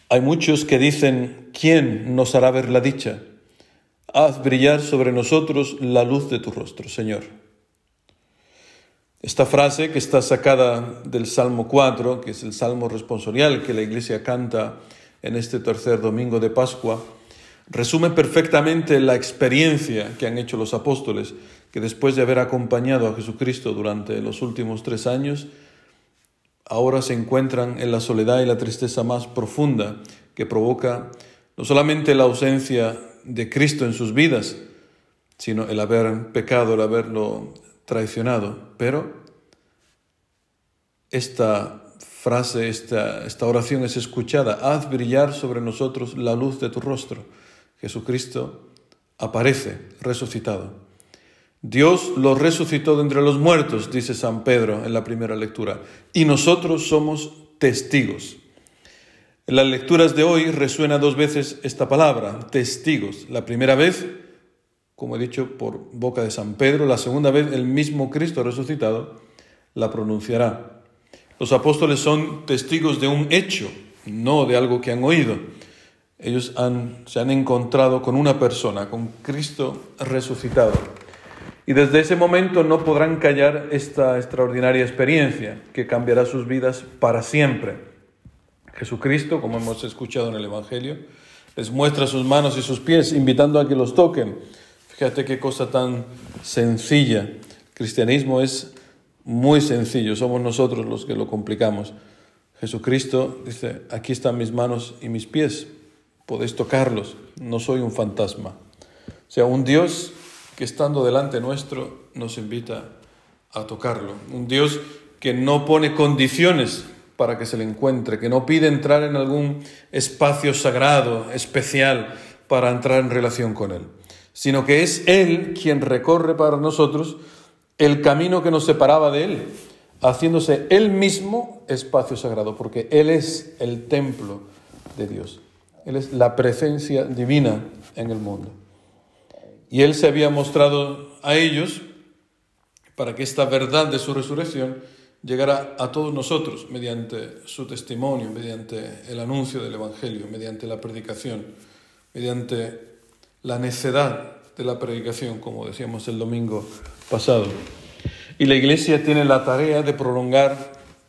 Hay muchos que dicen: ¿quién nos hará ver la dicha? Haz brillar sobre nosotros la luz de tu rostro, Señor. Esta frase, que está sacada del Salmo 4, que es el salmo responsorial que la Iglesia canta en este tercer domingo de Pascua, resume perfectamente la experiencia que han hecho los apóstoles, que después de haber acompañado a Jesucristo durante los últimos 3 años, ahora se encuentran en la soledad y la tristeza más profunda que provoca no solamente la ausencia de Cristo en sus vidas, sino el haber pecado, el haberlo traicionado. Pero esta frase, esta oración es escuchada: haz brillar sobre nosotros la luz de tu rostro. Jesucristo aparece resucitado. Dios lo resucitó de entre los muertos, dice San Pedro en la primera lectura, y nosotros somos testigos. En las lecturas de hoy resuena 2 veces esta palabra, testigos. La primera vez, como he dicho, por boca de San Pedro; la segunda vez, el mismo Cristo resucitado la pronunciará. Los apóstoles son testigos de un hecho, no de algo que han oído. Ellos se han encontrado con una persona, con Cristo resucitado. Y desde ese momento no podrán callar esta extraordinaria experiencia que cambiará sus vidas para siempre. Jesucristo, como hemos escuchado en el Evangelio, les muestra sus manos y sus pies, invitando a que los toquen. Fíjate qué cosa tan sencilla. El cristianismo es muy sencillo, somos nosotros los que lo complicamos. Jesucristo dice: aquí están mis manos y mis pies, podéis tocarlos, no soy un fantasma. O sea, un Dios que estando delante nuestro nos invita a tocarlo. Un Dios que no pone condiciones para que se le encuentre, que no pide entrar en algún espacio sagrado, especial, para entrar en relación con Él, sino que es Él quien recorre para nosotros el camino que nos separaba de Él, haciéndose Él mismo espacio sagrado, porque Él es el templo de Dios. Él es la presencia divina en el mundo. Y Él se había mostrado a ellos para que esta verdad de su resurrección llegara a todos nosotros mediante su testimonio, mediante el anuncio del Evangelio, mediante la predicación, mediante la necedad de la predicación, como decíamos el domingo pasado. Y la Iglesia tiene la tarea de prolongar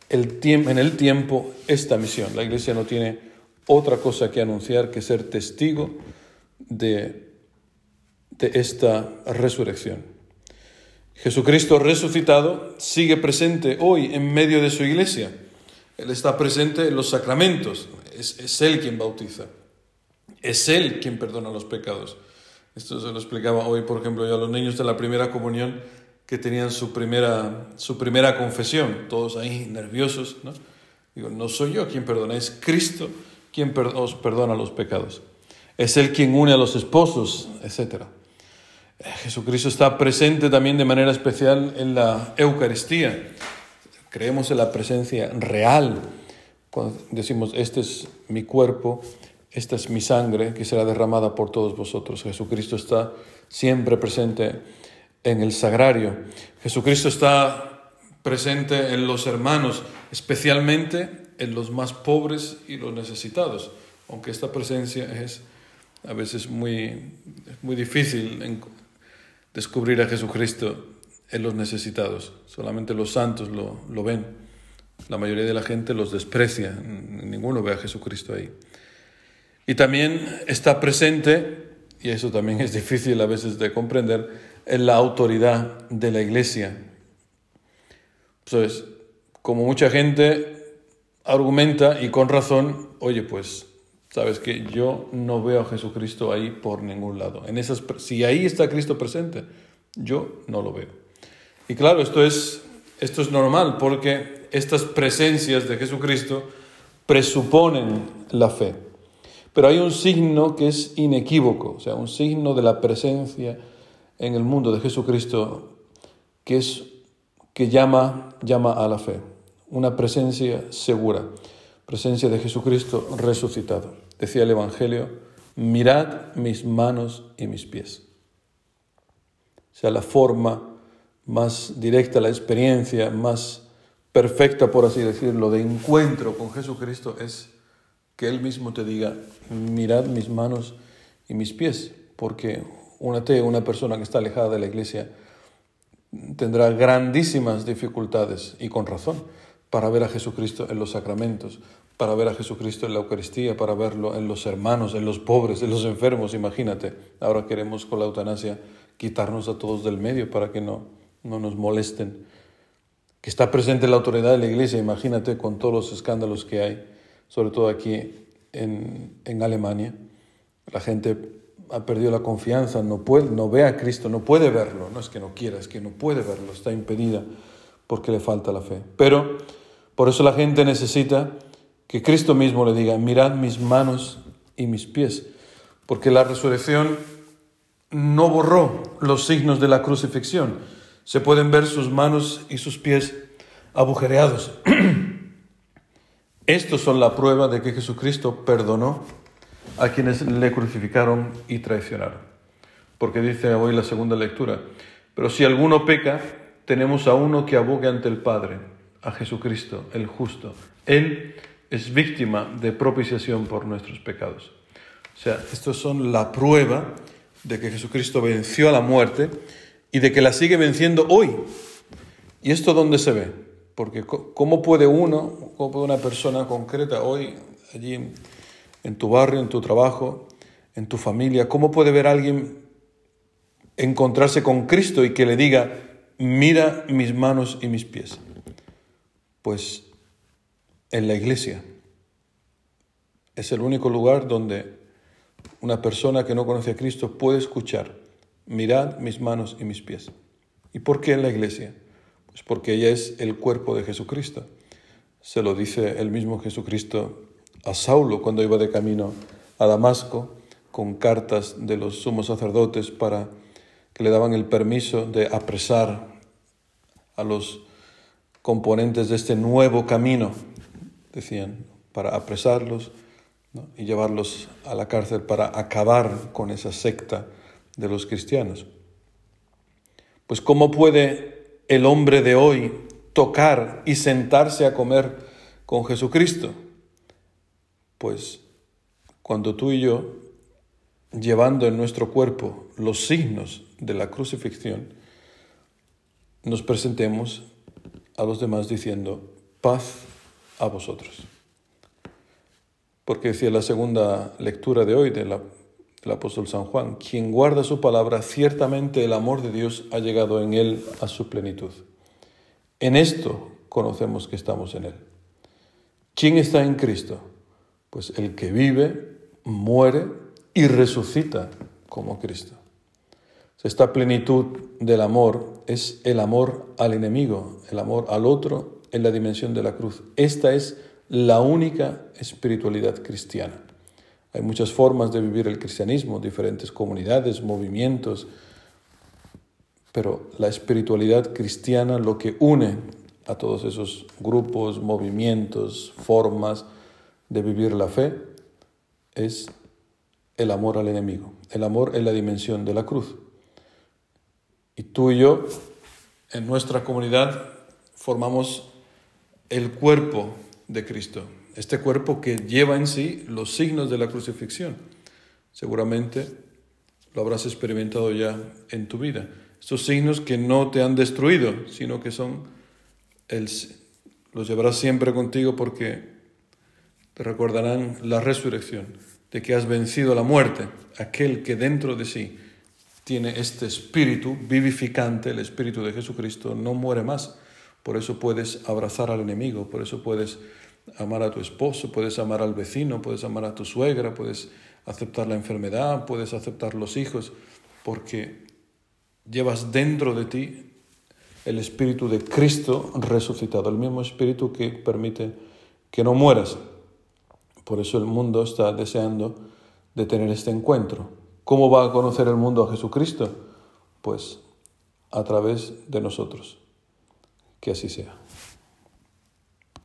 en el tiempo esta misión. La Iglesia no tiene otra cosa que anunciar que ser testigo de esta resurrección. Jesucristo resucitado sigue presente hoy en medio de su Iglesia. Él está presente en los sacramentos. Es Él quien bautiza. Es Él quien perdona los pecados. Esto se lo explicaba hoy, por ejemplo, yo a los niños de la primera comunión que tenían su primera confesión, todos ahí nerviosos, ¿no? Digo, no soy yo quien perdona, es Cristo quien os perdona los pecados. Es Él quien une a los esposos, etc. Jesucristo está presente también de manera especial en la Eucaristía. Creemos en la presencia real. Cuando decimos: este es mi cuerpo, esta es mi sangre que será derramada por todos vosotros. Jesucristo está siempre presente en el sagrario. Jesucristo está presente en los hermanos, especialmente en los más pobres y los necesitados, aunque esta presencia es a veces muy difícil descubrir a Jesucristo en los necesitados. Solamente los santos lo ven. La mayoría de la gente los desprecia, ninguno ve a Jesucristo ahí. Y también está presente, y eso también es difícil a veces de comprender, en la autoridad de la Iglesia. Entonces, como mucha gente argumenta, y con razón: oye, pues, sabes que yo no veo a Jesucristo ahí por ningún lado. Si ahí está Cristo presente, yo no lo veo. Y claro, esto es normal, porque estas presencias de Jesucristo presuponen la fe. Pero hay un signo que es inequívoco, o sea, un signo de la presencia en el mundo de Jesucristo que llama a la fe. Una presencia segura, presencia de Jesucristo resucitado. Decía el Evangelio: mirad mis manos y mis pies. O sea, la forma más directa, la experiencia más perfecta, por así decirlo, de encuentro con Jesucristo es que Él mismo te diga, mirad mis manos y mis pies, porque un ateo, una persona que está alejada de la Iglesia, tendrá grandísimas dificultades, y con razón, para ver a Jesucristo en los sacramentos, para ver a Jesucristo en la Eucaristía, para verlo en los hermanos, en los pobres, en los enfermos. Imagínate, ahora queremos con la eutanasia quitarnos a todos del medio para que no nos molesten. Que está presente la autoridad de la Iglesia, imagínate con todos los escándalos que hay, sobre todo aquí en Alemania. La gente ha perdido la confianza, no ve a Cristo, no puede verlo. No es que no quiera, es que no puede verlo, está impedida porque le falta la fe. Pero por eso la gente necesita que Cristo mismo le diga, mirad mis manos y mis pies, porque la resurrección no borró los signos de la crucifixión. Se pueden ver sus manos y sus pies agujereados. Estos son la prueba de que Jesucristo perdonó a quienes le crucificaron y traicionaron. Porque dice hoy la segunda lectura, pero si alguno peca, tenemos a uno que abogue ante el Padre, a Jesucristo, el justo. Él es víctima de propiciación por nuestros pecados. O sea, estos son la prueba de que Jesucristo venció a la muerte y de que la sigue venciendo hoy. ¿Y esto dónde se ve? Porque ¿cómo puede una persona concreta hoy, allí en tu barrio, en tu trabajo, en tu familia, cómo puede ver a alguien encontrarse con Cristo y que le diga, mira mis manos y mis pies? Pues en la Iglesia. Es el único lugar donde una persona que no conoce a Cristo puede escuchar, mirad mis manos y mis pies. ¿Y por qué en la Iglesia? Pues porque ella es el cuerpo de Jesucristo. Se lo dice el mismo Jesucristo a Saulo cuando iba de camino a Damasco con cartas de los sumos sacerdotes para que le daban el permiso de apresar a los componentes de este nuevo camino, decían, para apresarlos, ¿no? Y llevarlos a la cárcel para acabar con esa secta de los cristianos. Pues ¿cómo puede el hombre de hoy tocar y sentarse a comer con Jesucristo? Pues cuando tú y yo, llevando en nuestro cuerpo los signos de la crucifixión, nos presentemos a los demás diciendo, paz a vosotros. Porque decía la segunda lectura de hoy del apóstol San Juan, quien guarda su palabra, ciertamente el amor de Dios ha llegado en él a su plenitud. En esto conocemos que estamos en él. ¿Quién está en Cristo? Pues el que vive, muere y resucita como Cristo. Esta plenitud del amor es el amor al enemigo, el amor al otro en la dimensión de la cruz. Esta es la única espiritualidad cristiana. Hay muchas formas de vivir el cristianismo, diferentes comunidades, movimientos, pero la espiritualidad cristiana, lo que une a todos esos grupos, movimientos, formas de vivir la fe, es el amor al enemigo, el amor en la dimensión de la cruz. Y tú y yo, en nuestra comunidad, formamos el cuerpo de Cristo, este cuerpo que lleva en sí los signos de la crucifixión. Seguramente lo habrás experimentado ya en tu vida. Estos signos que no te han destruido, sino que los llevarás siempre contigo porque te recordarán la resurrección, de que has vencido la muerte, aquel que dentro de sí tiene este espíritu vivificante, el espíritu de Jesucristo, no muere más. Por eso puedes abrazar al enemigo, por eso puedes amar a tu esposo, puedes amar al vecino, puedes amar a tu suegra, puedes aceptar la enfermedad, puedes aceptar los hijos, porque llevas dentro de ti el espíritu de Cristo resucitado, el mismo espíritu que permite que no mueras. Por eso el mundo está deseando de tener este encuentro. ¿Cómo va a conocer el mundo a Jesucristo? Pues a través de nosotros. Que así sea.